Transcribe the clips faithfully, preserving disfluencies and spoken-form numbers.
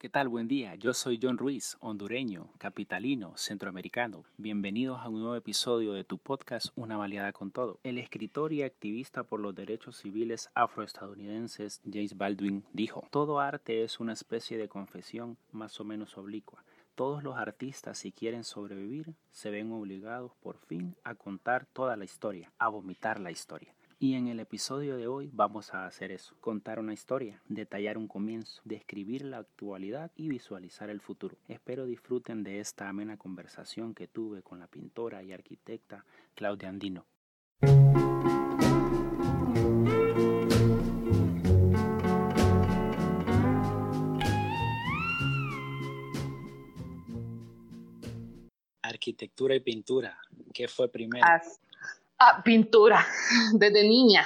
¿Qué tal? Buen día. Yo soy John Ruiz, hondureño, capitalino, centroamericano. Bienvenidos a un nuevo episodio de tu podcast Una Baleada con Todo. El escritor y activista por los derechos civiles afroestadounidenses James Baldwin dijo: todo arte es una especie de confesión más o menos oblicua. Todos los artistas, si quieren sobrevivir, se ven obligados por fin a contar toda la historia, a vomitar la historia. Y en el episodio de hoy vamos a hacer eso, contar una historia, detallar un comienzo, describir la actualidad y visualizar el futuro. Espero disfruten de esta amena conversación que tuve con la pintora y arquitecta Claudia Andino. Arquitectura y pintura, ¿qué fue primero? Ah, ah, pintura, desde niña,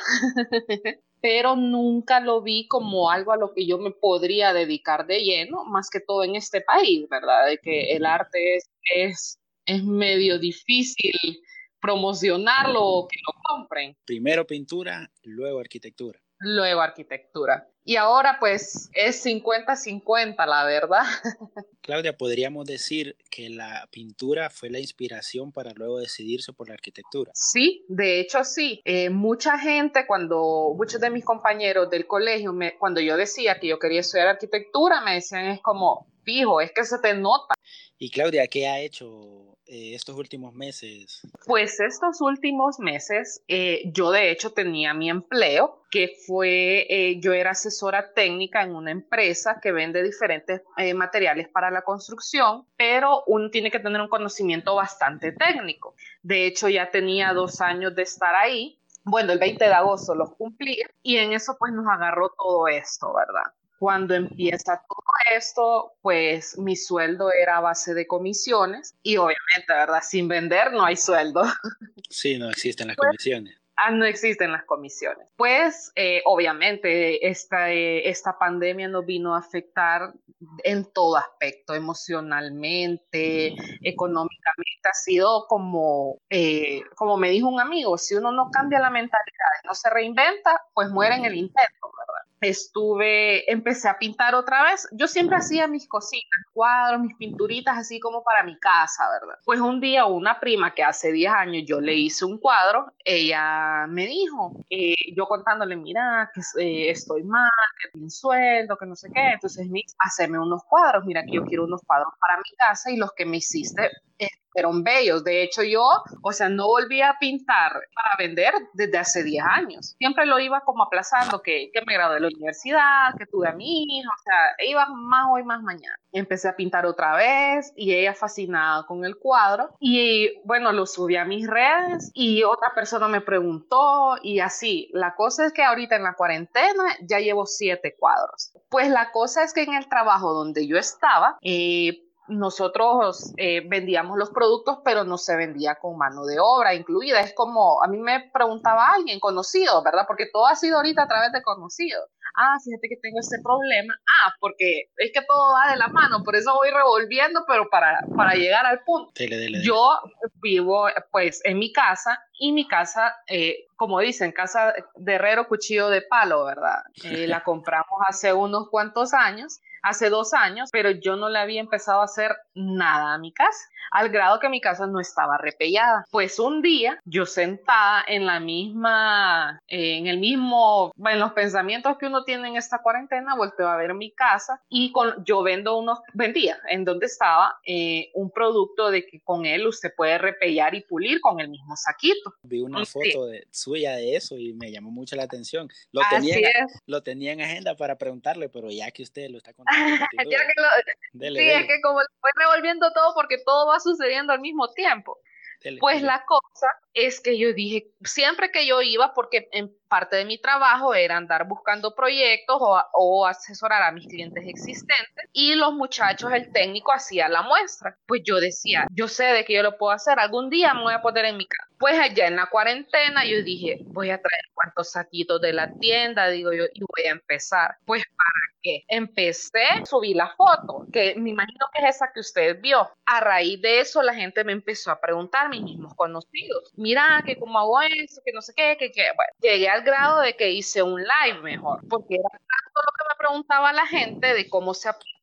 pero nunca lo vi como algo a lo que yo me podría dedicar de lleno, más que todo en este país, ¿verdad? De que el arte es, es, es medio difícil promocionarlo o que lo compren. Primero pintura, luego arquitectura. Luego arquitectura. Y ahora pues es cincuenta cincuenta, la verdad. Claudia, ¿podríamos decir que la pintura fue la inspiración para luego decidirse por la arquitectura? Sí, de hecho sí. Eh, mucha gente, cuando muchos de mis compañeros del colegio, me, cuando yo decía que yo quería estudiar arquitectura, me decían es como, fijo, es que se te nota. Y Claudia, ¿qué ha hecho eh, estos últimos meses? Pues estos últimos meses eh, yo de hecho tenía mi empleo, que fue, eh, yo era asesora técnica en una empresa que vende diferentes eh, materiales para la construcción, pero uno tiene que tener un conocimiento bastante técnico. De hecho ya tenía dos años de estar ahí. Bueno, el veinte de agosto los cumplí y en eso pues nos agarró todo esto, ¿verdad? Cuando empieza todo esto, pues mi sueldo era a base de comisiones y obviamente, ¿verdad? Sin vender no hay sueldo. Sí, no existen las Pues, comisiones. ah, no existen las comisiones. Pues eh, obviamente esta, eh, esta pandemia nos vino a afectar en todo aspecto, emocionalmente, económicamente. Ha sido como, eh, como me dijo un amigo, si uno no cambia la mentalidad y no se reinventa, pues muere en el intento, ¿verdad? Estuve, empecé a pintar otra vez. Yo siempre hacía mis cositas, cuadros, mis pinturitas, así como para mi casa, ¿verdad? Pues un día una prima que hace diez años yo le hice un cuadro, ella me dijo, eh, yo contándole, mira, que eh, estoy mal, que sin sueldo, que no sé qué, entonces me dice, haceme unos cuadros, mira que yo quiero unos cuadros para mi casa y los que me hiciste eh, fueron bellos. De hecho, yo, o sea, no volví a pintar para vender desde hace diez años. Siempre lo iba como aplazando, que, que me gradué de la universidad, que tuve a mi hija, o sea, iba más hoy, más mañana. Empecé a pintar otra vez y ella fascinada con el cuadro. Y bueno, lo subí a mis redes y otra persona me preguntó y así. La cosa es que ahorita en la cuarentena ya llevo siete cuadros. Pues la cosa es que en el trabajo donde yo estaba, eh, nosotros eh, vendíamos los productos, pero no se vendía con mano de obra incluida. Es como, a mí me preguntaba alguien conocido, ¿verdad? Porque todo ha sido ahorita a través de conocidos. Ah, fíjate que tengo este problema. Ah, porque es que todo va de la mano, por eso voy revolviendo, pero para, para llegar al punto. Dele, dele, dele. Yo vivo, pues, en mi casa y mi casa, eh, como dicen, casa de herrero, cuchillo de palo, ¿verdad? Eh, la compramos hace unos cuantos años. Hace dos años, pero yo no le había empezado a hacer nada a mi casa, al grado que mi casa no estaba repellada. Pues un día, yo sentada en la misma, eh, en el mismo, en los pensamientos que uno tiene en esta cuarentena, volteo a ver mi casa y con, yo vendo unos, vendía en donde estaba eh, un producto de que con él usted puede repellar y pulir con el mismo saquito. Vi una Sí. foto de, suya de eso y me llamó mucho la atención. Lo Así tenía, en, es. lo tenía en agenda para preguntarle, pero ya que usted lo está contando, Ya que lo, dele, sí, dele. es que como voy revolviendo todo porque todo va sucediendo al mismo tiempo. Dele, Pues dele. la cosa es que yo dije, siempre que yo iba, porque en parte de mi trabajo era andar buscando proyectos o, o asesorar a mis clientes existentes y los muchachos, el técnico hacía la muestra. Pues yo decía, yo sé de que yo lo puedo hacer, algún día me voy a poner en mi casa. Pues allá en la cuarentena yo dije, voy a traer cuantos saquitos de la tienda, digo yo, y voy a empezar. Pues para qué. Empecé, subí la foto, que me imagino que es esa que usted vio. A raíz de eso la gente me empezó a preguntar, mis mismos conocidos, mira, que cómo hago eso, que no sé qué, que, que, bueno, llegué al grado de que hice un live mejor, porque era tanto lo que me preguntaba la gente de cómo se aplica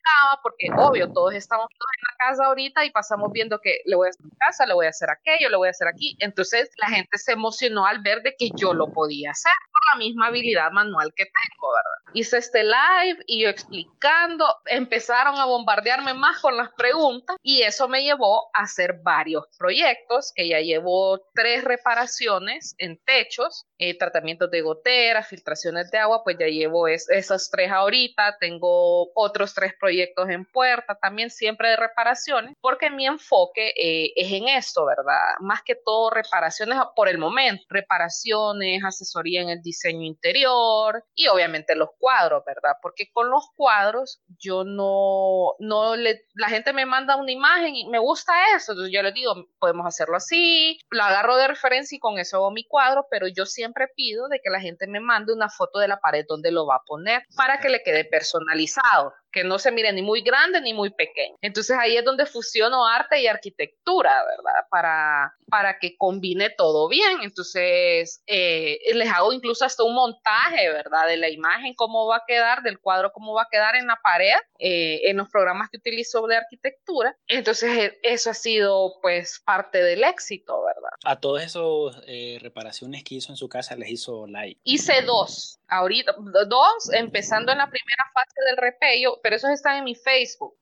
explicaba, porque obvio, todos estamos todos en la casa ahorita y pasamos viendo que le voy a hacer casa, le voy a hacer aquello, le voy a hacer aquí. Entonces la gente se emocionó al ver de que yo lo podía hacer por la misma habilidad manual que tengo, ¿verdad? Hice este live y yo explicando, empezaron a bombardearme más con las preguntas y eso me llevó a hacer varios proyectos, que ya llevo tres reparaciones en techos, eh, tratamientos de goteras, filtraciones de agua, pues ya llevo es, esos tres ahorita, tengo otros tres proyectos en puerta, también siempre de reparaciones, porque mi enfoque eh, es en esto, ¿verdad? Más que todo reparaciones por el momento, reparaciones, asesoría en el diseño interior y obviamente los cuadros, ¿verdad? Porque con los cuadros yo no, no le, la gente me manda una imagen y me gusta eso, entonces yo les digo, podemos hacerlo así, lo agarro de referencia y con eso hago mi cuadro, pero yo siempre pido de que la gente me mande una foto de la pared donde lo va a poner para que le quede personalizado, que no se mire ni muy grande ni muy pequeño. Entonces ahí es donde fusiono arte y arquitectura, ¿verdad? Para, para que combine todo bien. Entonces eh, les hago incluso hasta un montaje, ¿verdad? De la imagen, cómo va a quedar, del cuadro, cómo va a quedar en la pared, eh, en los programas que utilizo de arquitectura. Entonces eso ha sido pues parte del éxito, ¿verdad? A todas esas eh, reparaciones que hizo en su casa les hizo like. Hice dos, ahorita, dos, empezando en la primera fase del repello, pero esos están en mi Facebook.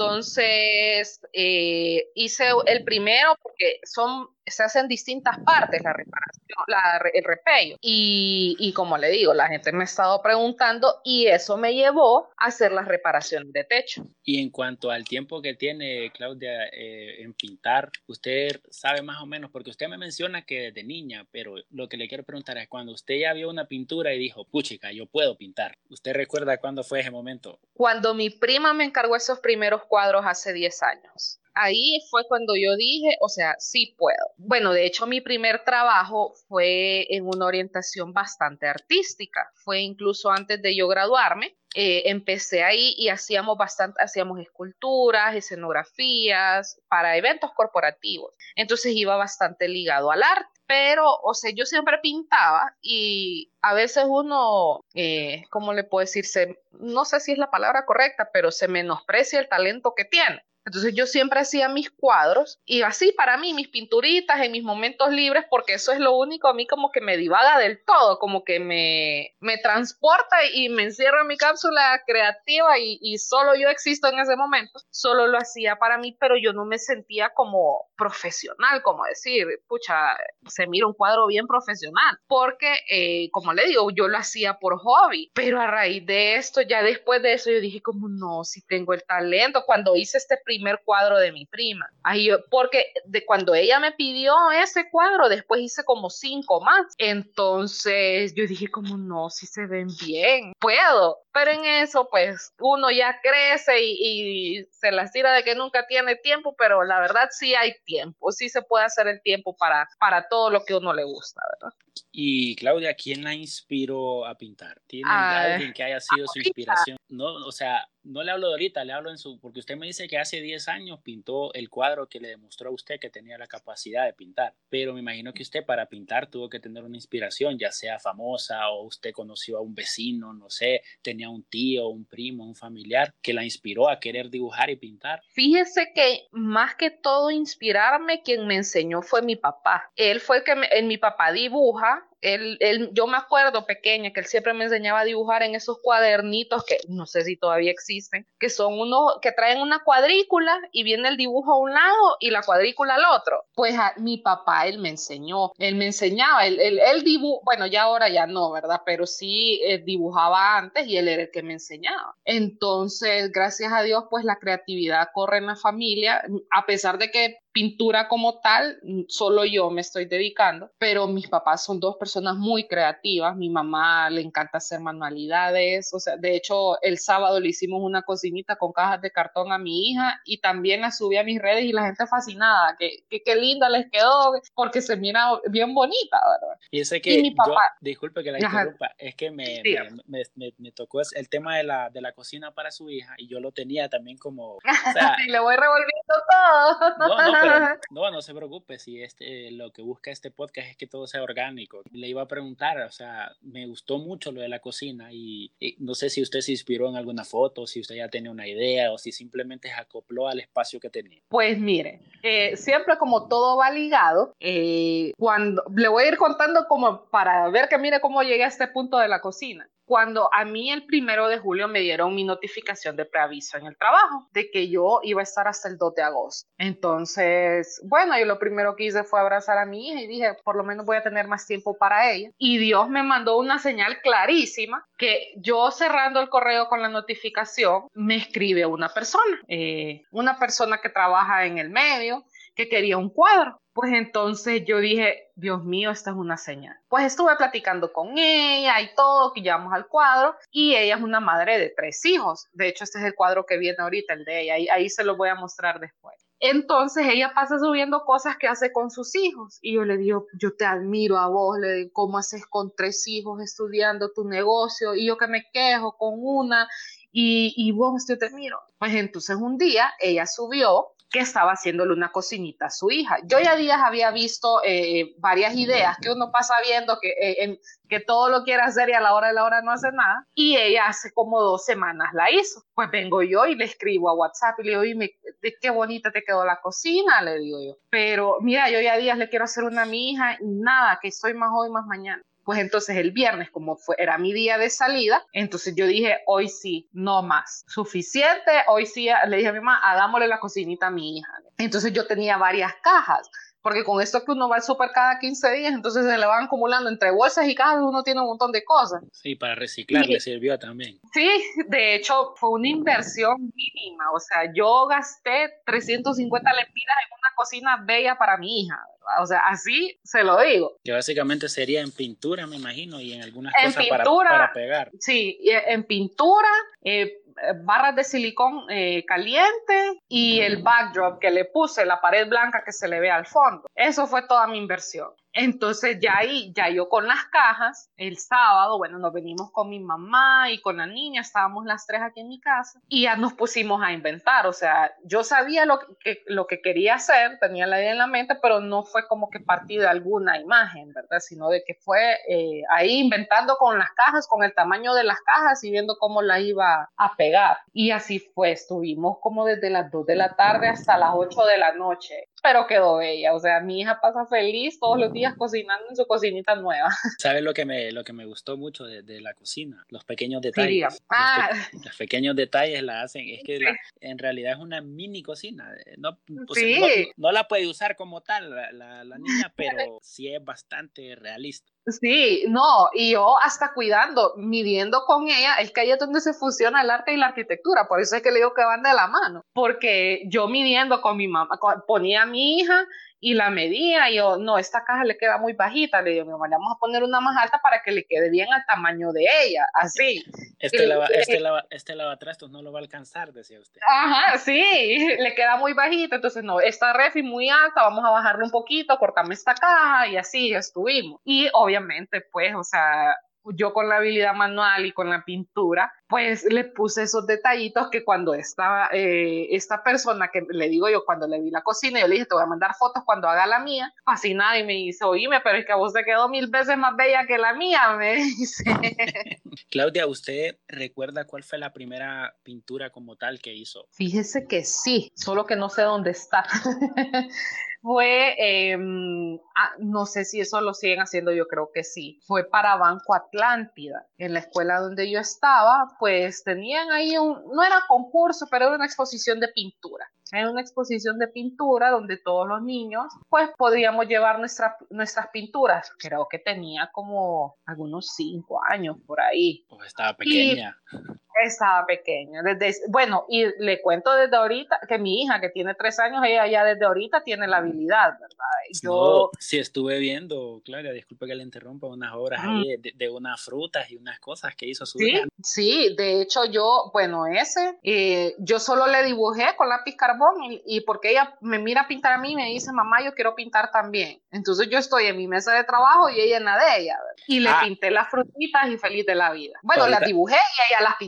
Entonces, eh, hice el primero porque son, se hacen distintas partes la reparación, la, el repello. Y, y como le digo, la gente me ha estado preguntando y eso me llevó a hacer las reparaciones de techo. Y en cuanto al tiempo que tiene Claudia eh, en pintar, usted sabe más o menos, porque usted me menciona que desde niña, pero lo que le quiero preguntar es cuando usted ya vio una pintura y dijo, puchica, yo puedo pintar. ¿Usted recuerda cuándo fue ese momento? Cuando mi prima me encargó esos primeros cuadros hace diez años. Ahí fue cuando yo dije, o sea, sí puedo. Bueno, de hecho, mi primer trabajo fue en una orientación bastante artística. Fue incluso antes de yo graduarme. Eh, empecé ahí y hacíamos bastante, hacíamos esculturas, escenografías para eventos corporativos. Entonces iba bastante ligado al arte. Pero, o sea, yo siempre pintaba y a veces uno, eh, ¿cómo le puedo decir? Se, no sé si es la palabra correcta, pero se menosprecia el talento que tiene. Entonces yo siempre hacía mis cuadros y así para mí, mis pinturitas en mis momentos libres, porque eso es lo único a mí como que me divaga del todo, como que me, me transporta y me encierra en mi cápsula creativa y, y solo yo existo en ese momento. Solo lo hacía para mí, pero yo no me sentía como profesional, como decir, pucha, se mira un cuadro bien profesional, porque eh, como le digo, yo lo hacía por hobby, pero a raíz de esto, ya después de eso yo dije como no, si tengo el talento, cuando hice este primer cuadro de mi prima, ahí yo, porque de cuando ella me pidió ese cuadro, después hice como cinco más, entonces yo dije como no, si se ven bien, puedo, pero en eso pues uno ya crece y, y se las tira de que nunca tiene tiempo, pero la verdad sí hay tiempo, sí se puede hacer el tiempo para, para todo lo que a uno le gusta, ¿verdad? Y Claudia, ¿quién la inspiró a pintar? ¿Tiene Ah, alguien que haya sido su ahorita. inspiración? No, o sea, no le hablo de ahorita, le hablo en su, porque usted me dice que hace diez años pintó el cuadro que le demostró a usted que tenía la capacidad de pintar, pero me imagino que usted para pintar tuvo que tener una inspiración, ya sea famosa o usted conoció a un vecino, no sé, tenía un tío, un primo, un familiar que la inspiró a querer dibujar y pintar. Fíjese que más que todo inspirarme, quien me enseñó fue mi papá. Él fue el que me, el, mi papá dibuja. Él, él, yo me acuerdo pequeña que él siempre me enseñaba a dibujar en esos cuadernitos que no sé si todavía existen, que son unos que traen una cuadrícula y viene el dibujo a un lado y la cuadrícula al otro. Pues a mi papá él me enseñó, él me enseñaba, él, él, él dibuja, bueno ya ahora ya no, ¿verdad? Pero sí él dibujaba antes y él era el que me enseñaba. Entonces, gracias a Dios, pues la creatividad corre en la familia, a pesar de que pintura como tal, solo yo me estoy dedicando, pero mis papás son dos personas muy creativas, mi mamá le encanta hacer manualidades, o sea, de hecho el sábado le hicimos una cocinita con cajas de cartón a mi hija y también la subí a mis redes y la gente fascinada, que, que, que linda les quedó, porque se mira bien bonita, ¿verdad? Y sé que Y mi papá, yo, disculpe que la interrumpa, ajá, es que me, me, me, me, me tocó el tema de la, de la cocina para su hija y yo lo tenía también como, o sea, y le voy revolviendo todo. No, no, pero no, no se preocupe, si este, lo que busca este podcast es que todo sea orgánico. Le iba a preguntar, o sea, me gustó mucho lo de la cocina y, y no sé si usted se inspiró en alguna foto, si usted ya tenía una idea o si simplemente se acopló al espacio que tenía. Pues mire, eh, siempre como todo va ligado, eh, cuando le voy a ir contando como para ver que mire cómo llegué a este punto de la cocina. Cuando a mí el primero de julio me dieron mi notificación de preaviso en el trabajo, de que yo iba a estar hasta el dos de agosto. Entonces, bueno, yo lo primero que hice fue abrazar a mi hija y dije, por lo menos voy a tener más tiempo para ella. Y Dios me mandó una señal clarísima que yo cerrando el correo con la notificación, me escribe una persona, eh, una persona que trabaja en el medio, que quería un cuadro. Pues entonces yo dije, Dios mío, esta es una señal. Pues estuve platicando con ella y todo, que llevamos al cuadro, y ella es una madre de tres hijos. De hecho, este es el cuadro que viene ahorita, el de ella, ahí, ahí se lo voy a mostrar después. Entonces ella pasa subiendo cosas que hace con sus hijos y yo le digo, yo te admiro a vos, le digo, ¿cómo haces con tres hijos estudiando tu negocio? Y yo que me quejo con una y, y vos, yo te admiro. Pues entonces un día ella subió que estaba haciéndole una cocinita a su hija. Yo ya días había visto eh, varias ideas que uno pasa viendo que, eh, en, que todo lo quiere hacer y a la hora de la hora no hace nada, y ella hace como dos semanas la hizo. Pues vengo yo y le escribo a WhatsApp y le digo, dime, qué bonita te quedó la cocina, le digo yo. Pero mira, yo ya días le quiero hacer una a mi hija y nada, que estoy más hoy, más mañana. Pues entonces el viernes, como fue, era mi día de salida, entonces yo dije, hoy sí, no más, suficiente, hoy sí, le dije a mi mamá, hagámosle la cocinita a mi hija. Entonces yo tenía varias cajas, porque con esto que uno va al súper cada quince días, entonces se le van acumulando entre bolsas y cajas, uno tiene un montón de cosas. Sí, para reciclar y, le sirvió también. Sí, de hecho fue una inversión mínima, o sea, yo gasté trescientos cincuenta lempiras en una cocina bella para mi hija, ¿verdad? O sea, así se lo digo. Que básicamente sería en pintura, me imagino, y en algunas en cosas pintura, para, para pegar. Sí, en pintura, eh, barras de silicón eh, caliente y el backdrop que le puse, la pared blanca que se le ve al fondo. Eso fue toda mi inversión. Entonces ya ahí, ya yo con las cajas, el sábado, bueno, nos venimos con mi mamá y con la niña, estábamos las tres aquí en mi casa y ya nos pusimos a inventar, o sea, yo sabía lo que, lo que quería hacer, tenía la idea en la mente, pero no fue como que partí de alguna imagen, ¿verdad? Sino de que fue eh, ahí inventando con las cajas, con el tamaño de las cajas y viendo cómo la iba a pegar. Y así fue, estuvimos como desde las dos de la tarde hasta las ocho de la noche, pero quedó bella, o sea, mi hija pasa feliz todos los días cocinando en su cocinita nueva. ¿Sabes lo que me, lo que me gustó mucho de, de la cocina? Los pequeños detalles. Sí, ah. los, pe los pequeños detalles la hacen, es que sí. la, en realidad es una mini cocina. No, pues, sí. no, no la puede usar como tal la, la, la niña, pero sí es bastante realista. Sí, no, y yo hasta cuidando, midiendo con ella, es que ahí es donde se fusiona el arte y la arquitectura, por eso es que le digo que van de la mano, porque yo midiendo con mi mamá, ponía a mi hija y la medía, y yo, no, esta caja le queda muy bajita, le digo, mi mamá, le vamos a poner una más alta para que le quede bien al tamaño de ella, así. Este, lava, este, lava, este lavatrastos no lo va a alcanzar, decía usted. Ajá, sí, le queda muy bajita, entonces no, esta refri muy alta, vamos a bajarle un poquito, cortame esta caja, y así estuvimos. Y obviamente, pues, o sea, yo con la habilidad manual y con la pintura, pues le puse esos detallitos que cuando esta, eh, esta persona que le digo yo, cuando le vi la cocina, yo le dije, te voy a mandar fotos cuando haga la mía, fascinada, y me dice, oíme, pero es que a vos te quedó mil veces más bella que la mía, me dice. Claudia, ¿usted recuerda cuál fue la primera pintura como tal que hizo? Fíjese que sí, solo que no sé dónde está. Fue, eh, ah, no sé si eso lo siguen haciendo, yo creo que sí, fue para Banco Atlántida, en la escuela donde yo estaba, pues tenían ahí un, no era concurso, pero era una exposición de pintura. Era una exposición de pintura donde todos los niños, pues podíamos llevar nuestra, nuestras pinturas. Creo que tenía como algunos cinco años por ahí. Pues estaba pequeña. Y estaba pequeña. Desde, bueno, y le cuento desde ahorita que mi hija, que tiene tres años, ella ya desde ahorita tiene la habilidad, ¿verdad? Yo... No, sí estuve viendo, Claudia, disculpe que le interrumpa, unas obras mm. ahí de, de unas frutas y unas cosas que hizo su sí, hija. Sí, de hecho yo, bueno, ese, eh, yo solo le dibujé con lápiz carbón y, y porque ella me mira a pintar a mí y me dice, mamá, yo quiero pintar también. Entonces yo estoy en mi mesa de trabajo y ella en la de ella, ¿verdad? Y le ah. pinté las frutitas y feliz de la vida. Bueno, ahorita... las dibujé y ella las pintó.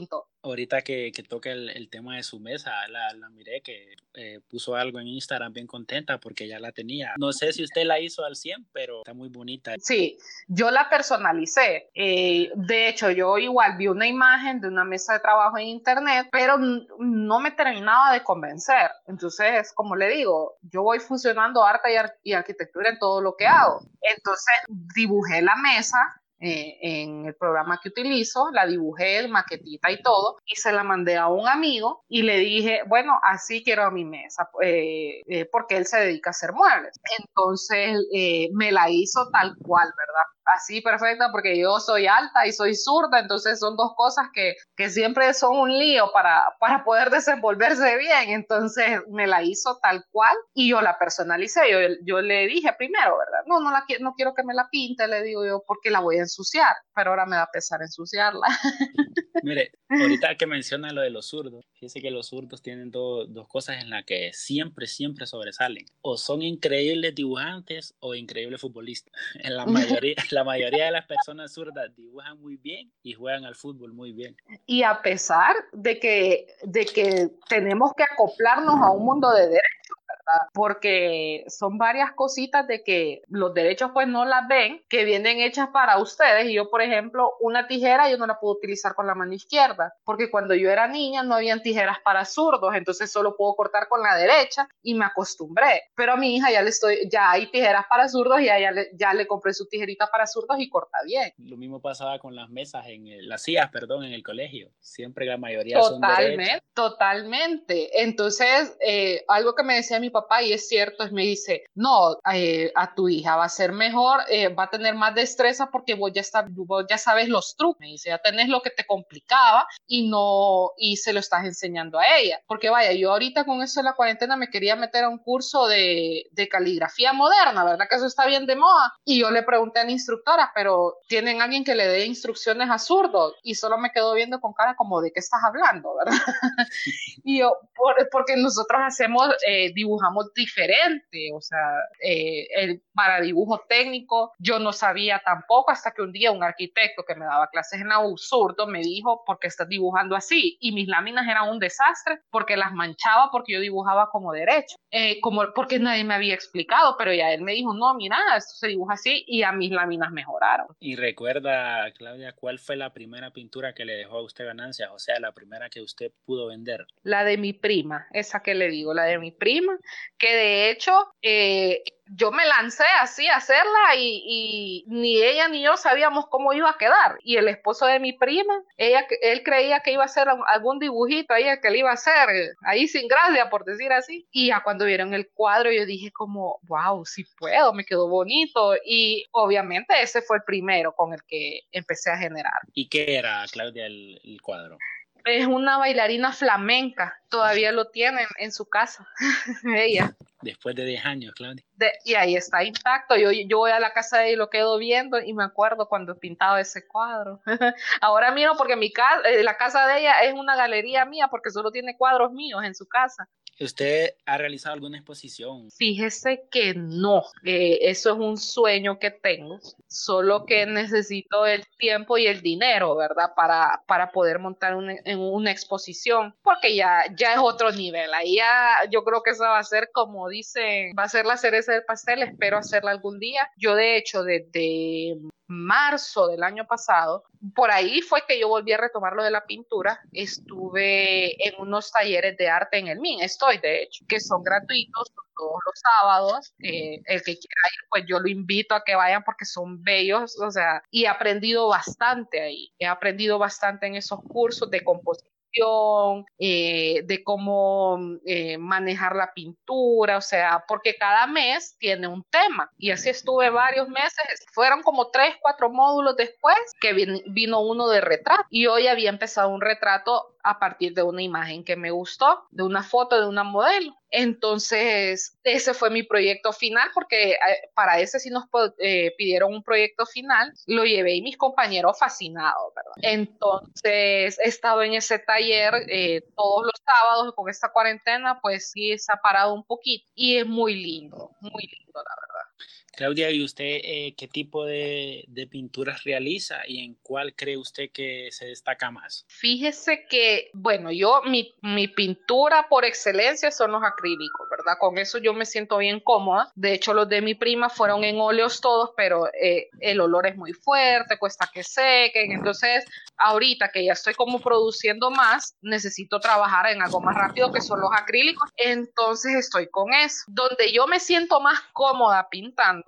Ahorita que, que toca el, el tema de su mesa, la, la miré que eh, puso algo en Instagram bien contenta porque ya la tenía. No sé si usted la hizo al cien, pero está muy bonita. Sí, yo la personalicé. Eh, de hecho, yo igual vi una imagen de una mesa de trabajo en internet, pero n- no me terminaba de convencer. Entonces, como le digo, yo voy fusionando arte y, ar- y arquitectura en todo lo que hago. Entonces, dibujé la mesa eh, en el programa que utilizo, la dibujé, maquetita y todo, y se la mandé a un amigo y le dije, bueno, así quiero mi mesa, eh, eh, porque él se dedica a hacer muebles. Entonces eh, me la hizo tal cual, ¿verdad? Así perfecta, porque yo soy alta y soy zurda, entonces son dos cosas que, que siempre son un lío para, para poder desenvolverse bien. Entonces me la hizo tal cual y yo la personalicé. Yo, yo le dije primero, ¿verdad? No, no, la, no quiero que me la pinte, le digo yo, porque la voy a ensuciar, pero ahora me da pesar ensuciarla. Mire, ahorita que menciona lo de los zurdos, fíjese que los zurdos tienen do, dos cosas en las que siempre, siempre sobresalen. O son increíbles dibujantes o increíbles futbolistas. En la mayoría, la mayoría de las personas zurdas dibujan muy bien y juegan al fútbol muy bien. Y a pesar de que, de que tenemos que acoplarnos a un mundo de derechos, ¿verdad? Porque son varias cositas de que los derechos pues no las ven, que vienen hechas para ustedes. Y yo, por ejemplo, una tijera yo no la puedo utilizar con la mano izquierda, porque cuando yo era niña no habían tijeras para zurdos, entonces solo puedo cortar con la derecha y me acostumbré. Pero a mi hija ya le estoy, ya hay tijeras para zurdos y ya le, ya le compré su tijerita para zurdos y corta bien. Lo mismo pasaba con las mesas, en el, las sillas, perdón, en el colegio. Siempre la mayoría son derechas. Totalmente, totalmente. Entonces, eh, algo que me decía mi papá, y es cierto, es me dice, no, eh, a tu hija va a ser mejor, eh, va a tener más destreza porque vos ya, está, vos ya sabes los trucos. Me dice, ya tenés lo que te complicaba y no, y se lo estás enseñando a ella. Porque vaya, yo ahorita con eso de la cuarentena me quería meter a un curso de, de caligrafía moderna, ¿verdad? Que eso está bien de moda. Y yo le pregunté a la instructora, pero ¿tienen alguien que le dé instrucciones a zurdos? Y solo me quedó viendo con cara como de qué estás hablando, ¿verdad? Y yo, por, porque nosotros hacemos, eh, dibujamos diferente, o sea, eh, el, para dibujo técnico yo no sabía tampoco hasta que un día un arquitecto que me daba clases en la Usurdo me dijo, ¿por qué estás dibujando así? Y mis láminas eran un desastre porque las manchaba porque yo dibujaba como derecho, eh, como, porque nadie me había explicado, pero ya él me dijo, no, mira, esto se dibuja así y a mis láminas mejoraron. Y recuerda, Claudia, ¿cuál fue la primera pintura que le dejó a usted ganancias? O sea, la primera que usted pudo vender. La de mi prima, esa que le digo, la de mi prima, que de hecho eh, yo me lancé así a hacerla y, y ni ella ni yo sabíamos cómo iba a quedar. Y el esposo de mi prima, ella, él creía que iba a hacer algún dibujito ahí que le iba a hacer, ahí sin gracia, por decir así. Y ya cuando vieron el cuadro yo dije como, wow, sí puedo, me quedó bonito. Y obviamente ese fue el primero con el que empecé a generar. ¿Y qué era, Claudia, el, el cuadro? Es una bailarina flamenca, todavía lo tienen en su casa, ella. Después de diez años, Claudia. De, y ahí está intacto. Yo, yo voy a la casa de ella y lo quedo viendo y me acuerdo cuando pintaba ese cuadro. Ahora miro porque mi casa, eh, la casa de ella es una galería mía porque solo tiene cuadros míos en su casa. ¿Usted ha realizado alguna exposición? Fíjese que no, eh, eso es un sueño que tengo, solo que necesito el tiempo y el dinero, ¿verdad? Para, para poder montar una, en una exposición, porque ya, ya es otro nivel, ahí ya yo creo que eso va a ser como dicen, va a ser la cereza del pastel, espero hacerla algún día. Yo de hecho desde marzo del año pasado, por ahí fue que yo volví a retomar lo de la pintura, estuve en unos talleres de arte en el M I N, estoy de hecho, que son gratuitos, son todos los sábados, eh, el que quiera ir, pues yo lo invito a que vayan porque son bellos, o sea, y he aprendido bastante ahí, he aprendido bastante en esos cursos de composición, eh, de cómo eh, manejar la pintura, o sea, porque cada mes tiene un tema y así estuve varios meses, fueron como tres, cuatro módulos después que vin- vino uno de retrato y hoy había empezado un retrato a partir de una imagen que me gustó, de una foto de una modelo. Entonces, ese fue mi proyecto final, porque eh, para ese sí nos eh, pidieron un proyecto final, lo llevé y mis compañeros fascinados, ¿verdad? Entonces, he estado en ese taller eh, todos los sábados con esta cuarentena, pues sí se ha parado un poquito y es muy lindo, muy lindo, la verdad. Claudia, ¿y usted eh, qué tipo de, de pinturas realiza y en cuál cree usted que se destaca más? Fíjese que, bueno, yo, mi, mi pintura por excelencia son los acrílicos, ¿verdad? Con eso yo me siento bien cómoda. De hecho, los de mi prima fueron en óleos todos, pero eh, el olor es muy fuerte, cuesta que sequen. Entonces, ahorita que ya estoy como produciendo más, necesito trabajar en algo más rápido que son los acrílicos. Entonces, estoy con eso. Donde yo me siento más cómoda pintando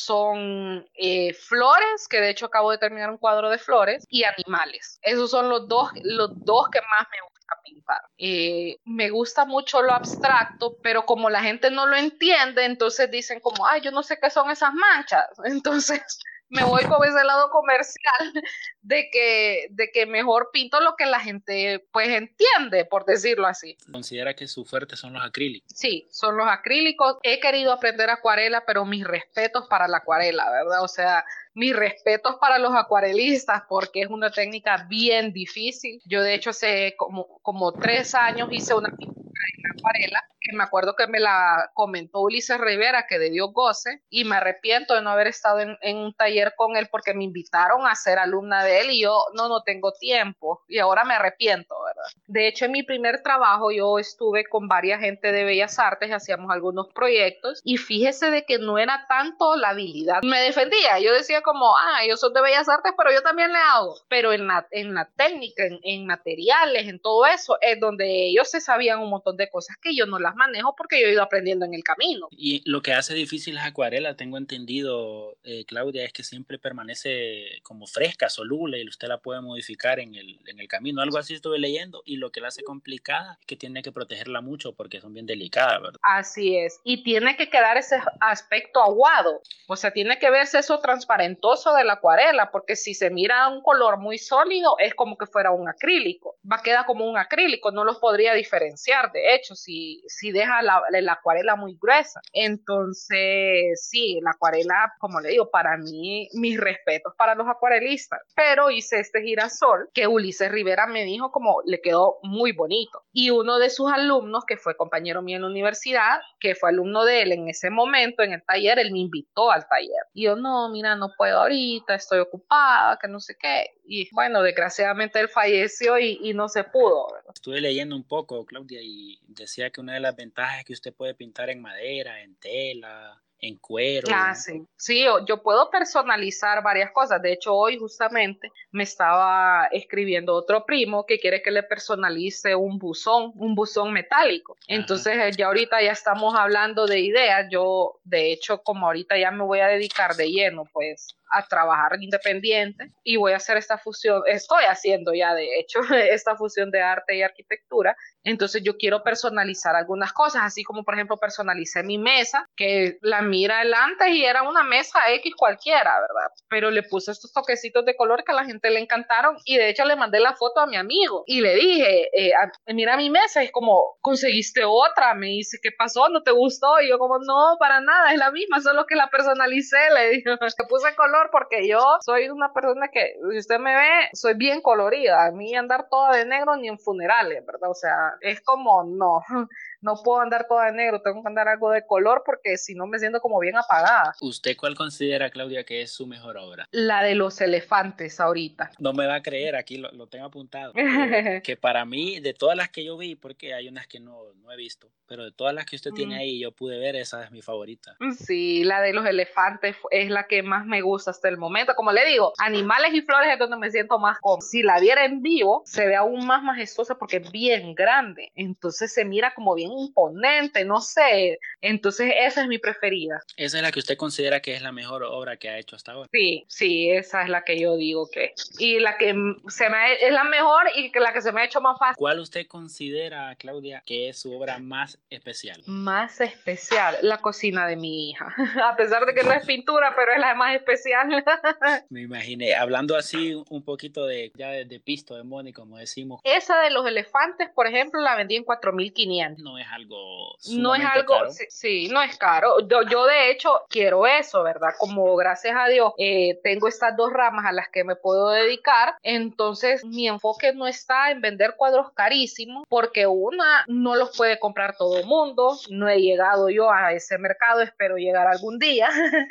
son eh, flores, que de hecho acabo de terminar un cuadro de flores, y animales. Esos son los dos, los dos que más me gusta pintar. Eh, me gusta mucho lo abstracto, pero como la gente no lo entiende, entonces dicen como, ay, yo no sé qué son esas manchas. Entonces me voy con ese lado comercial de que, de que mejor pinto lo que la gente pues entiende, por decirlo así. ¿Considera que su fuerte son los acrílicos? Sí, son los acrílicos. He querido aprender acuarela, pero mis respetos para la acuarela, ¿verdad? O sea, mis respetos para los acuarelistas porque es una técnica bien difícil. Yo de hecho hace como, como tres años hice una pintura en acuarela que me acuerdo que me la comentó Ulises Rivera, que de Dios goce, y me arrepiento de no haber estado en, en un taller con él porque me invitaron a ser alumna de él y yo no, no tengo tiempo y ahora me arrepiento, ¿verdad? De hecho, en mi primer trabajo yo estuve con varias gente de Bellas Artes, hacíamos algunos proyectos y fíjese de que no era tanto la habilidad. Me defendía, yo decía como, ah, yo soy de Bellas Artes, pero yo también le hago. Pero en la, en la técnica, en, en materiales, en todo eso, es donde ellos se sabían un montón de cosas que yo no las manejo porque yo he ido aprendiendo en el camino. Y lo que hace difícil las acuarelas, tengo entendido, eh, Claudia, es que siempre permanece como fresca, soluble, y usted la puede modificar en el, en el camino. Algo así estuve leyendo, y lo que la hace complicada es que tiene que protegerla mucho porque son bien delicadas, ¿verdad? Así es. Y tiene que quedar ese aspecto aguado. O sea, tiene que verse eso transparentoso de la acuarela, porque si se mira un color muy sólido, es como que fuera un acrílico. Va a quedar como un acrílico, no los podría diferenciar, de hecho, si, si deja la, la acuarela muy gruesa. Entonces, sí, la acuarela, como le digo, para mí, mis respetos para los acuarelistas. Pero hice este girasol que Ulises Rivera me dijo como le quedó muy bonito. Y uno de sus alumnos, que fue compañero mío en la universidad, que fue alumno de él en ese momento, en el taller, él me invitó al taller. Y yo, no, mira, no puedo ahorita, estoy ocupada, que no sé qué. Y bueno, desgraciadamente él falleció y, y no se pudo, ¿verdad? Estuve leyendo un poco, Claudia, y decía que una de las ventajas es que usted puede pintar en madera, en tela, en cuero. Ah, sí. Sí, yo, yo puedo personalizar varias cosas. De hecho, hoy justamente me estaba escribiendo otro primo que quiere que le personalice un buzón, un buzón metálico. Entonces, eh, ya ahorita ya estamos hablando de ideas. Yo, de hecho, como ahorita ya me voy a dedicar de lleno, pues, a trabajar independiente y voy a hacer esta fusión, estoy haciendo ya de hecho esta fusión de arte y arquitectura, entonces yo quiero personalizar algunas cosas, así como por ejemplo personalicé mi mesa, que la mira el antes y era una mesa X cualquiera, ¿verdad? Pero le puse estos toquecitos de color que a la gente le encantaron y de hecho le mandé la foto a mi amigo y le dije, eh, mira mi mesa, es como, conseguiste otra, me dice, ¿qué pasó? ¿No te gustó? Y yo como, no, para nada, es la misma, solo que la personalicé, le digo, le puse color porque yo soy una persona que, si usted me ve, soy bien colorida. A mí andar toda de negro ni en funerales, ¿verdad? O sea, es como, no, no puedo andar toda de negro, tengo que andar algo de color porque si no me siento como bien apagada. ¿Usted cuál considera, Claudia, que es su mejor obra? La de los elefantes ahorita. No me va a creer, aquí lo, lo tengo apuntado. Que, que para mí, de todas las que yo vi, porque hay unas que no, no he visto, pero de todas las que usted tiene ahí, yo pude ver, esa es mi favorita. Sí, la de los elefantes es la que más me gusta hasta el momento. Como le digo, animales y flores es donde me siento más cómoda. Si la viera en vivo, se ve aún más majestuosa porque es bien grande. Entonces se mira como bien imponente, no sé. Entonces esa es mi preferida. ¿Esa es la que usted considera que es la mejor obra que ha hecho hasta ahora? Sí, sí, esa es la que yo digo que. Y la que se me ha, es la mejor y que la que se me ha hecho más fácil. ¿Cuál usted considera, Claudia, que es su obra más especial? Más especial, la cocina de mi hija. A pesar de que no es pintura, pero es la más especial. Me imaginé, hablando así un poquito de ya de, de pisto, de money, como decimos. Esa de los elefantes, por ejemplo, la vendí en cuatro mil quinientos. No es algo No es algo, caro. Sí, sí, no es caro. Yo, yo de hecho quiero eso, ¿verdad? Como gracias a Dios eh, tengo estas dos ramas a las que me puedo dedicar, entonces mi enfoque no está en vender cuadros carísimos, porque una, no los puede comprar todo el mundo, no he llegado yo a ese mercado, espero llegar algún día.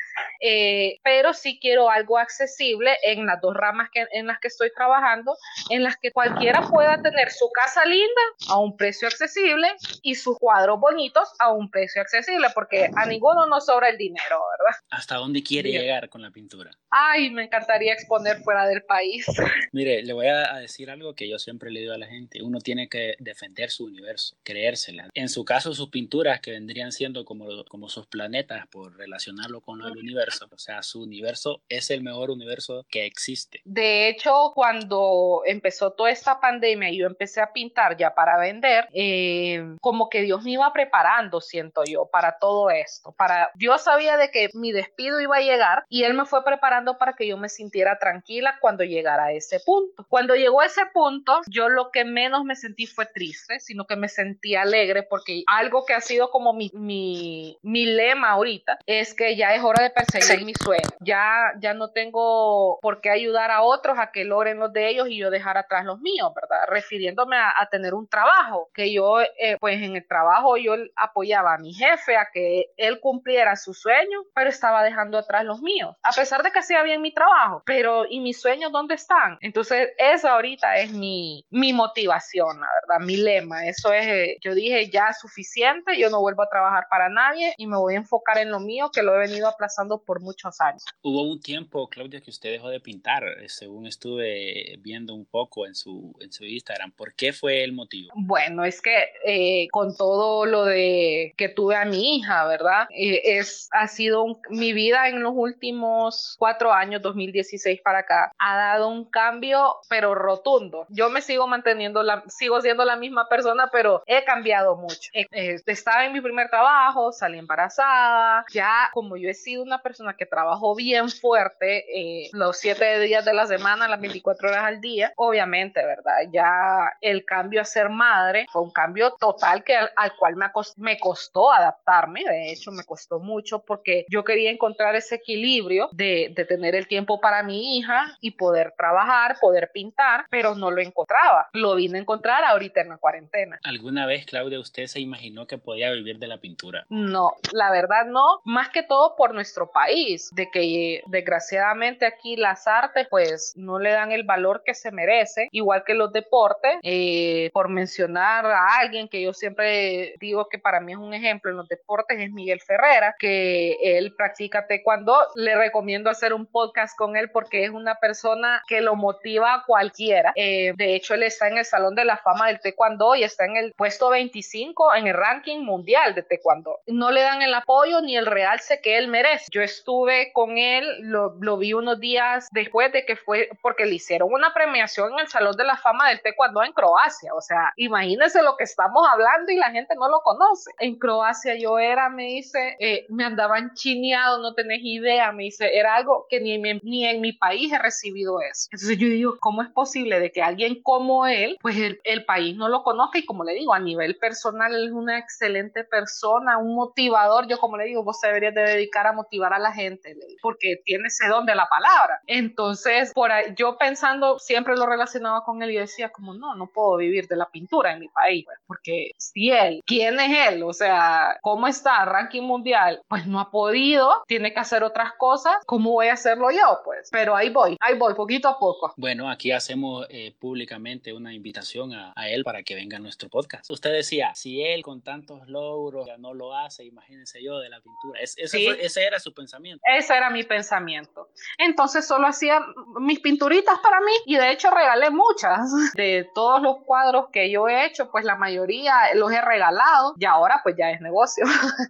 eh, pero sí quiero algo accesible en las dos ramas que, en las que estoy trabajando, en las que cualquiera pueda tener su casa linda a un precio accesible y sus cuadros bonitos a un precio accesible, porque a ninguno nos sobra el dinero, ¿verdad? ¿Hasta dónde quiere Bien. llegar con la pintura? Ay, me encantaría exponer fuera del país. Mire, le voy a decir algo que yo siempre le digo a la gente. Uno tiene que defender su universo, creérsela. En su caso, sus pinturas, que vendrían siendo como, como sus planetas, por relacionarlo con lo del universo. O sea, su universo es el mejor universo que existe. De hecho, cuando empezó toda esta pandemia y yo empecé a pintar ya para vender, eh, como que Dios me iba preparando, siento yo, para todo esto. Para, Dios sabía de que mi despido iba a llegar y Él me fue preparando para que yo me sintiera tranquila cuando llegara a ese punto. Cuando llegó a ese punto, yo lo que menos me sentí fue triste, sino que me sentí alegre, porque algo que ha sido como mi, mi, mi lema ahorita es que ya es hora de perseguir sí. mi sueño. Ya, ya no tengo por qué ayudar a otros a que logren los de ellos y yo dejar atrás los míos, ¿verdad? Refiriéndome a, a tener un trabajo, que yo, eh, pues en el trabajo yo apoyaba a mi jefe a que él cumpliera su sueño, pero estaba dejando atrás los míos, a pesar de que hacía bien mi trabajo, pero ¿y mis sueños dónde están? Entonces eso ahorita es mi, mi motivación, la verdad, mi lema. Eso es, yo dije ya es suficiente, yo no vuelvo a trabajar para nadie y me voy a enfocar en lo mío, que lo he venido aplazando por muchos años. Hubo un tiempo, Claudia, que usted dejó de pintar, según estuve viendo un poco en su, en su Instagram. ¿Por qué fue el motivo? Bueno, es que eh, con todo lo de que tuve a mi hija, ¿verdad? Eh, es, ha sido un, mi vida en los últimos cuatro años, dos mil dieciséis para acá, ha dado un cambio, pero rotundo. Yo me sigo manteniendo, la, sigo siendo la misma persona, pero he cambiado mucho. Eh, eh, estaba en mi primer trabajo, salí embarazada, ya como yo he sido una persona que trabajó bien fuerte, eh, los siete días de la semana, las veinticuatro horas al día, obviamente, ¿verdad? Ya el cambio a ser madre fue un cambio total que al, al cual me, acost- me costó adaptarme. De hecho, me costó mucho porque yo quería encontrar ese equilibrio de, de tener el tiempo para mi hija y poder trabajar, poder pintar, pero no lo encontraba. Lo vine a encontrar ahorita en la cuarentena. ¿Alguna vez, Claudia, usted se imaginó que podía vivir de la pintura? No, la verdad no, más que todo por nuestro país, de que desgraciadamente aquí las artes pues no le dan el valor que se merece, igual que los deportes. Eh, por mencionar a alguien que yo siempre digo que para mí es un ejemplo en los deportes, es Miguel Ferrera, que él practica taekwondo. Le recomiendo hacer un podcast con él porque es una persona que lo motiva a cualquiera. Eh, de hecho, él está en el Salón de la Fama del Taekwondo y está en el puesto veinticinco en el ranking mundial de taekwondo. No le dan el apoyo ni el realce que él merece. Yo estuve con él, lo, lo vi unos días después de que fue, porque le hicieron una premiación en el Salón de la Fama del Taekwondo en Croacia. O sea, imagínense lo que estamos hablando y la gente no lo conoce. En Croacia yo era, me dice, eh, me andaban chineado, no tenés idea, me dice, era algo que ni, me, ni en mi país he recibido eso. Entonces yo digo, ¿cómo es posible de que alguien como él, pues el, el país no lo conozca? Y como le digo, a nivel personal él es una excelente persona, un motivador. Yo como le digo, vos deberías de dedicar a motivar a la gente, porque tiene ese don de la palabra. Entonces, por ahí, yo pensando, siempre lo relacionaba con él y decía como, no, no puedo vivir de la pintura en mi país, pues, porque si él, ¿quién es él? O sea, ¿cómo está? Ranking mundial, pues no ha podido, tiene que hacer otras cosas. ¿Cómo voy a hacerlo yo? Pues, pero ahí voy, ahí voy, poquito a poco. Bueno, aquí hacemos eh, públicamente una invitación a, a él para que venga a nuestro podcast. Usted decía, si él con tantos logros ya no lo hace, imagínense yo de la pintura. Es, ese, ¿Sí? fue, ese era su pensamiento. Ese era mi pensamiento. Entonces solo hacía mis pinturitas para mí y de hecho regalé muchas. De todos los cuadros que yo he hecho, pues la mayoría los he regalado y ahora pues ya es negocio.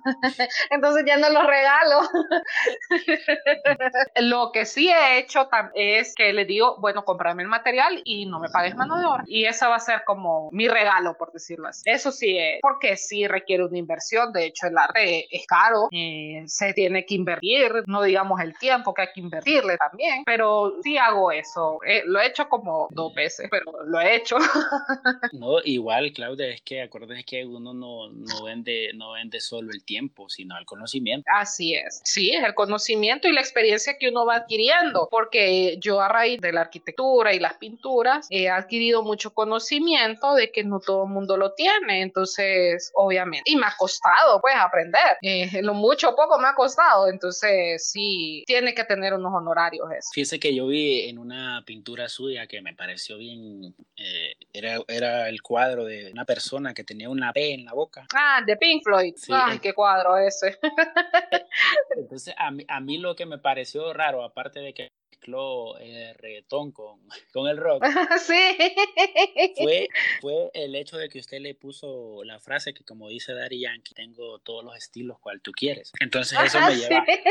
Entonces ya no los regalo. Lo que sí he hecho es que le digo, bueno, cómprame el material y no me pagues mano de obra. Y esa va a ser como mi regalo, por decirlo así. Eso sí es, porque sí requiere una inversión. De hecho, el arte es caro, eh, se tiene que invertir, no digamos el tiempo que hay que invertirle también, pero sí hago eso. Eh, lo he hecho como dos veces, pero lo he hecho. No, igual, Claudia, es que acuérdate que uno no, no, vende, no vende solo el tiempo, sino el conocimiento. Así es. Sí, es el conocimiento y la experiencia que uno va adquiriendo, porque yo a raíz de la arquitectura y las pinturas he adquirido mucho conocimiento de que no todo el mundo lo tiene. Entonces, obviamente, y me ha costado pues aprender. Eh, lo mucho o poco me ha costado. Entonces, entonces sí, tiene que tener unos honorarios eso. Fíjese que yo vi en una pintura suya que me pareció bien, eh, era, era el cuadro de una persona que tenía una P en la boca. Ah, de Pink Floyd. Sí, Ay, el, qué cuadro ese. entonces a mí, a mí lo que me pareció raro, aparte de que mezcló el reggaetón con, con el rock, sí. fue, fue el hecho de que usted le puso la frase que, como dice Daddy Yankee, tengo todos los estilos cual tú quieres. Entonces eso me lleva, sí.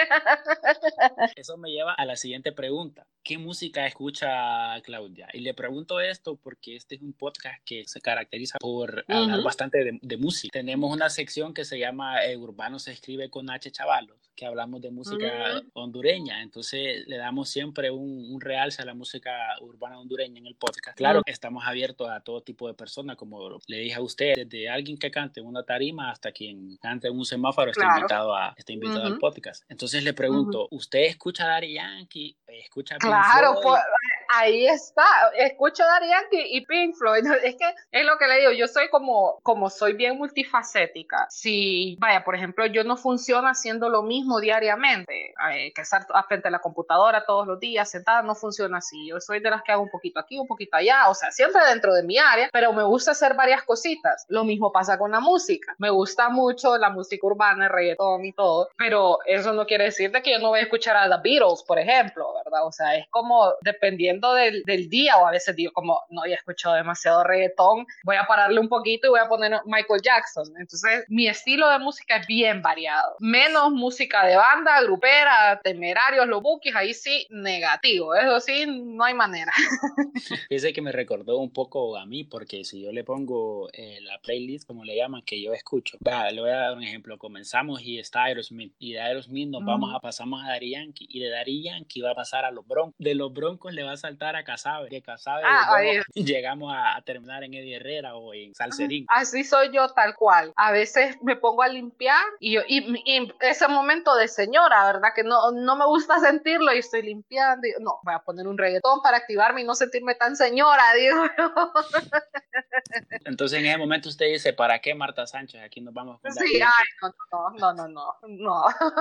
eso me lleva a la siguiente pregunta. ¿Qué música escucha Claudia? Y le pregunto esto porque este es un podcast que se caracteriza por hablar uh-huh. bastante de, de música. Tenemos una sección que se llama eh, Urbano se escribe con H Chavalos, que hablamos de música uh-huh. hondureña. Entonces le damos siempre un, un realce a la música urbana hondureña en el podcast. Claro, uh-huh. estamos abiertos a todo tipo de personas, como le dije a usted, desde alguien que cante en una tarima hasta quien cante en un semáforo está claro. invitado, a, está invitado uh-huh. al podcast. Entonces le pregunto, uh-huh. ¿usted escucha Daddy Yankee? ¿Escucha Pink Claro, Floyd? Pues, ahí está. Escucho Daddy Yankee y Pink Floyd. Es que es lo que le digo, yo soy como, como soy bien multifacética. Si, vaya, por ejemplo, yo no funciono haciendo lo mismo diariamente, eh, que estar frente a la computadora todos los días sentada, no funciona así. Yo soy de las que hago un poquito aquí, un poquito allá, o sea, siempre dentro de mi área, pero me gusta hacer varias cositas. Lo mismo pasa con la música. Me gusta mucho la música urbana, el reggaetón y todo, pero eso no quiere decir de que yo no voy a escuchar a The Beatles, por ejemplo, ¿verdad? O sea, es como dependiendo del, del día, o a veces digo como, no, ya he escuchado demasiado reggaetón, voy a pararle un poquito y voy a poner Michael Jackson. Entonces, mi estilo de música es bien variado. Menos música de banda, grupera, Temerarios, los Bukis, ahí sí, negativo. Eso sí, no hay manera. Fíjese que me recordó un poco a mí, porque si yo le pongo eh, la playlist, como le llaman, que yo escucho, va, le voy a dar un ejemplo. Comenzamos y está Aerosmith, y de Aerosmith nos mm. vamos a pasamos a Daddy Yankee, y de Daddy Yankee va a pasar a los Broncos, de los Broncos le va a saltar a Casabe, de Casabe ah, llegamos a, a terminar en Eddie Herrera o en Salserín. Así soy yo tal cual. A veces me pongo a limpiar y, yo, y, y ese momento de señora, ¿verdad? Que no, no me gusta sentirlo y estoy limpiando y no, voy a poner un reggaetón para activarme y no sentirme tan señora, digo yo. Entonces en ese momento usted dice, ¿para qué Marta Sánchez? Aquí nos vamos con Sí, ay, no, no, no, no, no, no.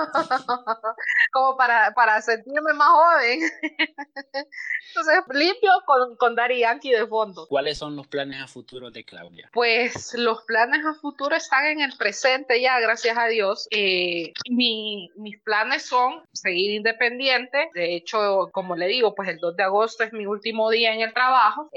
Como para, para sentirme más joven. Entonces limpio con, con Daddy Yankee de fondo. ¿Cuáles son los planes a futuro de Claudia? Pues los planes a futuro están en el presente ya, gracias a Dios. Eh, mi, mis planes son seguir independiente. De hecho, como le digo, pues el dos de agosto es mi último día en el trabajo.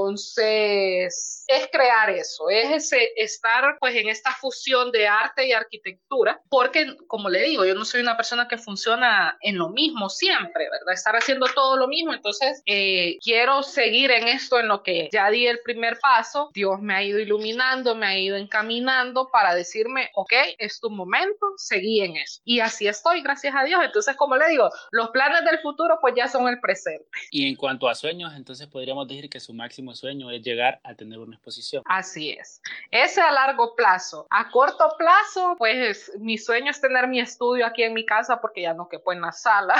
Entonces, es crear eso, es ese, estar pues en esta fusión de arte y arquitectura, porque como le digo, yo no soy una persona que funciona en lo mismo siempre, ¿verdad? Estar haciendo todo lo mismo. Entonces, eh, quiero seguir en esto, en lo que ya di el primer paso. Dios me ha ido iluminando, me ha ido encaminando para decirme, ok, es tu momento, seguí en eso. Y así estoy, gracias a Dios. Entonces, como le digo, los planes del futuro pues ya son el presente. Y en cuanto a sueños, entonces podríamos decir que su máximo sueño es llegar a tener una exposición. Así es. Ese a largo plazo. A corto plazo, pues mi sueño es tener mi estudio aquí en mi casa porque ya no quepo en la sala.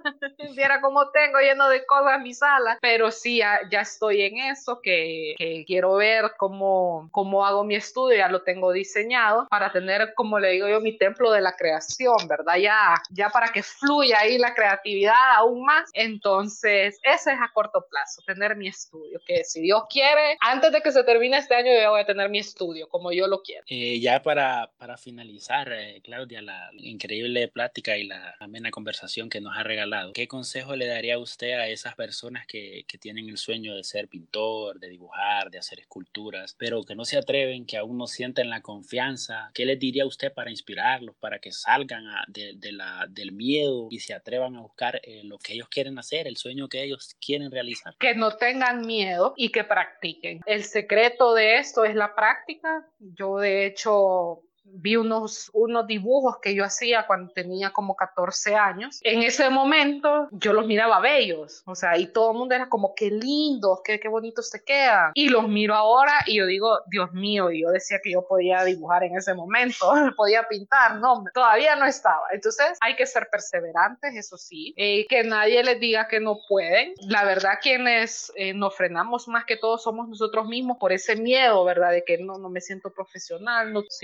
Viera cómo tengo lleno de cosas en mi sala. Pero sí, ya, ya estoy en eso, que, que quiero ver cómo, cómo hago mi estudio. Ya lo tengo diseñado para tener, como le digo yo, mi templo de la creación, ¿verdad? Ya, ya para que fluya ahí la creatividad aún más. Entonces, ese es a corto plazo, tener mi estudio. Que si Dios quiere, antes de que se termine este año, yo voy a tener mi estudio como yo lo quiero. Eh, ya para, para finalizar, eh, Claudia, la increíble plática y la amena conversación que nos ha regalado, ¿qué consejo le daría usted a esas personas que, que tienen el sueño de ser pintor, de dibujar, de hacer esculturas, pero que no se atreven, que aún no sienten la confianza? ¿Qué les diría usted para inspirarlos, para que salgan a, de, de la, del miedo y se atrevan a buscar eh, lo que ellos quieren hacer, el sueño que ellos quieren realizar? Que no tengan miedo y que practiquen. El secreto de esto es la práctica. Yo de hecho vi unos, unos dibujos que yo hacía cuando tenía como catorce años. En ese momento yo los miraba bellos, o sea, y todo el mundo era como, qué lindos, qué, qué bonitos te quedan. Y los miro ahora y yo digo, Dios mío, y yo decía que yo podía dibujar en ese momento, podía pintar, no, todavía no estaba. Entonces hay que ser perseverantes, eso sí, eh, que nadie les diga que no pueden. La verdad, quienes eh, nos frenamos más que todo somos nosotros mismos por ese miedo, ¿verdad? De que no, no me siento profesional, no siento que no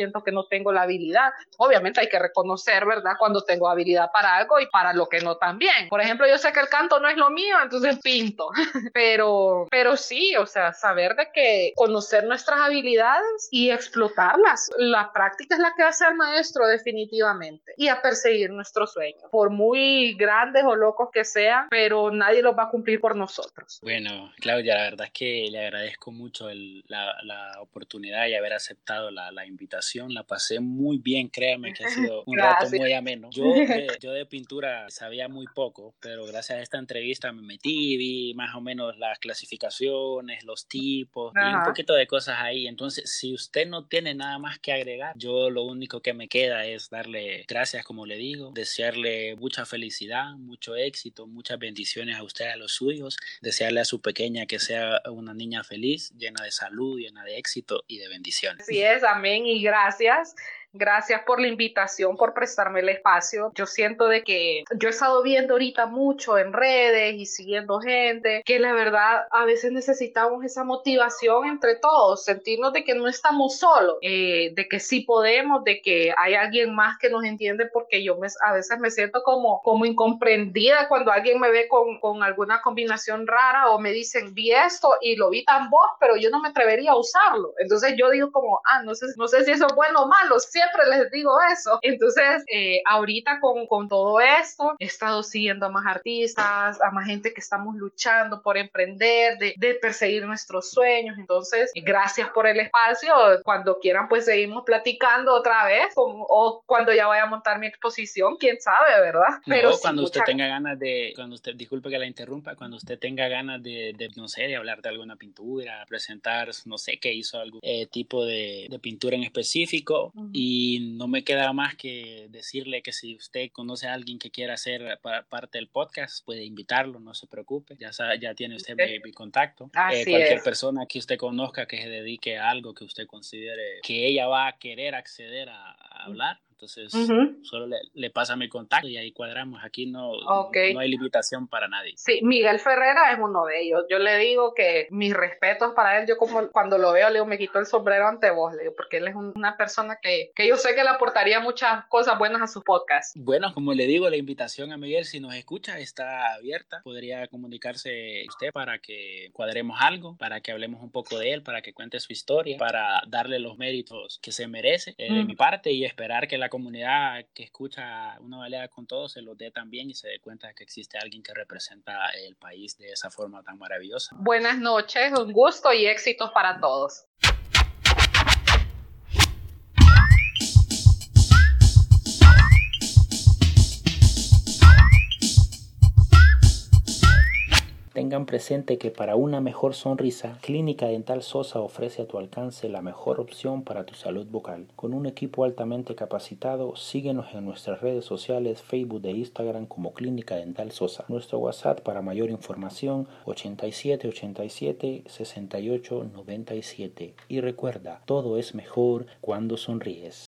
tengo la habilidad. Obviamente hay que reconocer, ¿verdad?, cuando tengo habilidad para algo y para lo que no también. Por ejemplo, yo sé que el canto no es lo mío, entonces pinto. pero, pero sí, o sea, saber de que conocer nuestras habilidades y explotarlas. La práctica es la que hace al maestro definitivamente. Y a perseguir nuestros sueños, por muy grandes o locos que sean, pero nadie los va a cumplir por nosotros. Bueno, Claudia, la verdad es que le agradezco mucho el, la, la oportunidad y haber aceptado la, la invitación. La pasé muy bien, créame que ha sido un rato muy ameno. Yo de, yo de pintura sabía muy poco, pero gracias a esta entrevista me metí, vi más o menos las clasificaciones, los tipos y un poquito de cosas ahí. Entonces, si usted no tiene nada más que agregar, yo lo único que me queda es darle gracias, como le digo, desearle mucha felicidad, mucho éxito, muchas bendiciones a usted, a los suyos, desearle a su pequeña que sea una niña feliz, llena de salud, llena de éxito y de bendiciones. Así es, amén y gracias. Gracias por la invitación, por prestarme el espacio. Yo siento de que yo he estado viendo ahorita mucho en redes y siguiendo gente que la verdad a veces necesitamos esa motivación entre todos, sentirnos de que no estamos solos, eh, de que sí podemos, de que hay alguien más que nos entiende, porque yo me, a veces me siento como, como incomprendida cuando alguien me ve con, con alguna combinación rara o me dicen, vi esto y lo vi tan vos, pero yo no me atrevería a usarlo. Entonces yo digo como, ah, no sé, no sé si eso es bueno o malo, siempre les digo eso. Entonces, eh, ahorita con, con todo esto, he estado siguiendo a más artistas, a más gente que estamos luchando por emprender, de, de perseguir nuestros sueños. Entonces, gracias por el espacio. Cuando quieran, pues seguimos platicando otra vez, o, o cuando ya vaya a montar mi exposición, quién sabe, ¿verdad? No, Pero sí, cuando usted mucha... tenga ganas de, cuando usted, disculpe que la interrumpa, cuando usted tenga ganas de, de no sé, de hablar de alguna pintura, presentar, no sé, que hizo algún eh, tipo de, de pintura en específico, uh-huh. Y no me queda más que decirle que si usted conoce a alguien que quiera ser pa- parte del podcast, puede invitarlo, no se preocupe, ya, ya tiene usted mi, mi contacto. Eh, cualquier es. persona que usted conozca que se dedique a algo que usted considere que ella va a querer acceder a, a hablar, entonces uh-huh. solo le, le pasa mi contacto y ahí cuadramos. Aquí no, okay. no hay limitación para nadie. Sí, Miguel Ferrera es uno de ellos. Yo le digo que mis respetos para él. Yo como cuando lo veo, le digo, me quito el sombrero ante vos, le digo, porque él es un, una persona que, que yo sé que le aportaría muchas cosas buenas a su podcast. Bueno, como le digo, la invitación a Miguel, si nos escucha, está abierta. Podría comunicarse usted para que cuadremos algo, para que hablemos un poco de él, para que cuente su historia, para darle los méritos que se merece eh, de mm. mi parte y esperar que la comunidad que escucha Una Baleada con Todo se los dé también y se dé cuenta que existe alguien que representa el país de esa forma tan maravillosa. Buenas noches, un gusto y éxitos para todos. Tengan presente que para una mejor sonrisa, Clínica Dental Sosa ofrece a tu alcance la mejor opción para tu salud bucal. Con un equipo altamente capacitado, síguenos en nuestras redes sociales, Facebook e Instagram como Clínica Dental Sosa. Nuestro WhatsApp para mayor información, ochenta y siete ochenta y siete sesenta y ocho noventa y siete. Y recuerda, todo es mejor cuando sonríes.